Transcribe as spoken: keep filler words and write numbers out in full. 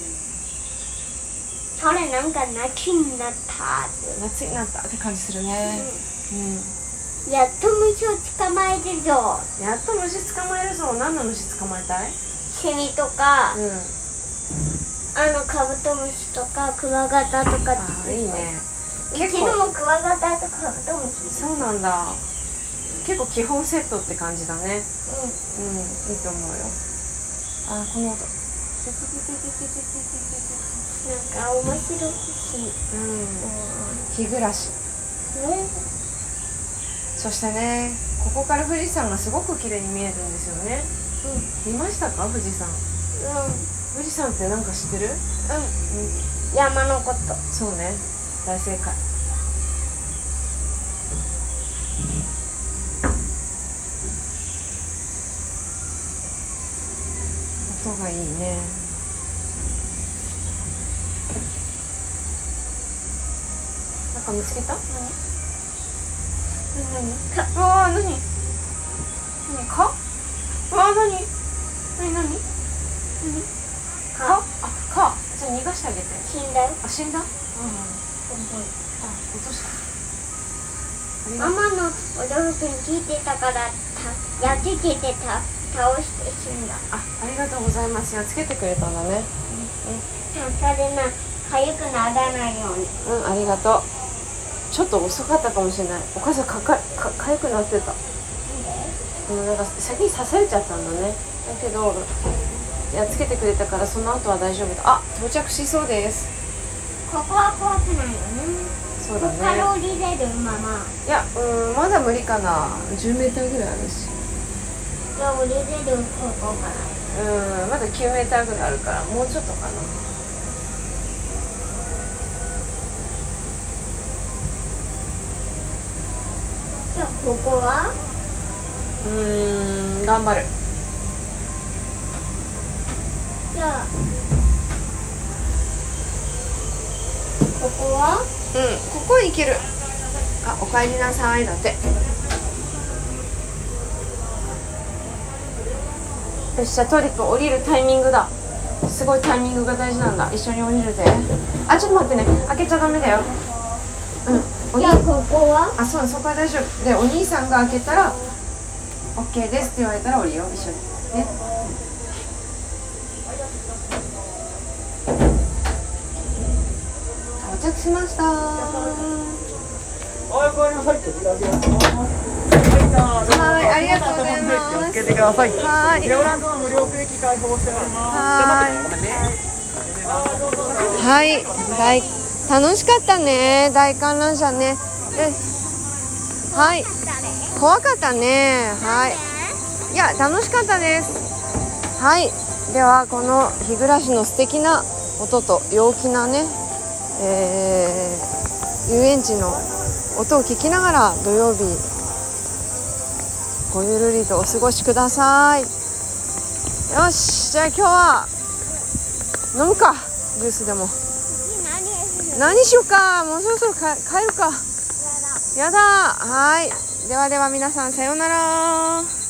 それなんか夏になったって夏になったって感じするね。うん、 やっと虫を捕まえるぞ。 やっと虫捕まえるぞ。何の虫捕まえたい？ セミとか、 うん、 あのカブトムシとかクワガタとか。 あーいいね。 うちのもクワガタとカブトムシ。 そうなんだ。結構基本セットって感じだね。うん、うん、いいと思うよ。あ、この音。 なんか面白くしい。 うん、日暮らし。 ね、 そしてね、ここから富士山がすごく綺麗に見えるんですよね。うん、見ましたか、富士山。うん、富士山ってなんか知ってる？うん、うん、 山のこと。 そうね、大正解。音がいいね。なんか見つけた？何？何？ああ、何？何か？ああ、何？何何？何？か？あ、か。じゃあ逃がしてあげて。 死んだよ。 あ、死んだ？うん。あ、落とした。 ママのお道具聞いてたから、たやっつけてた倒して死んだ。 あ、ありがとうございます。やっつけてくれたんだね。うん。うん、 それな、痒くならないように。 うん、ありがとう。ちょっと遅かったかもしれない。お母さんかかか痒くなってた。うん、なんか先に刺されちゃったんだね。だけどやっつけてくれたからその後は大丈夫だ。あ、到着しそうです。 ここは怖くないよね。 そうだね。 ここから降りれるママ。 いや、うん、まだ無理かな。じゅうメーターぐらいあるし。 じゃあ降りれるここから。 うん、まだきゅうメーターぐらいあるからもうちょっとかな。 じゃあここは？ うーん、頑張る。 じゃあここは？ うん、ここ行ける。あ、お帰りなさいだって。よし、じゃあトリップ降りるタイミングだ。すごいタイミングが大事なんだ。一緒に降りるぜ。あ、ちょっと待ってね、開けちゃダメだよ。うん、おじゃあここは？ あ、そう、そこは大丈夫で、お兄さんが開けたら OK ですって言われたら降りよう、一緒にね。到着しました。 はい、ごめんなさい。 はい、ありがとうございます。 つけてください。 はい。 レオランドの無料区域開放しております。 はい、大楽しかったね、大観覧車ね。で、はい、怖かったね。はい。いや、楽しかったです。はい。ではこの日暮の素敵な音と陽気なね、えー、遊園地の音を聞きながら土曜日ごゆるりとお過ごしください。よし、じゃあ今日は飲むか、ジュースでも。何しようか、もうそろそろか帰るか。やだ。はい、ではでは皆さんさようなら。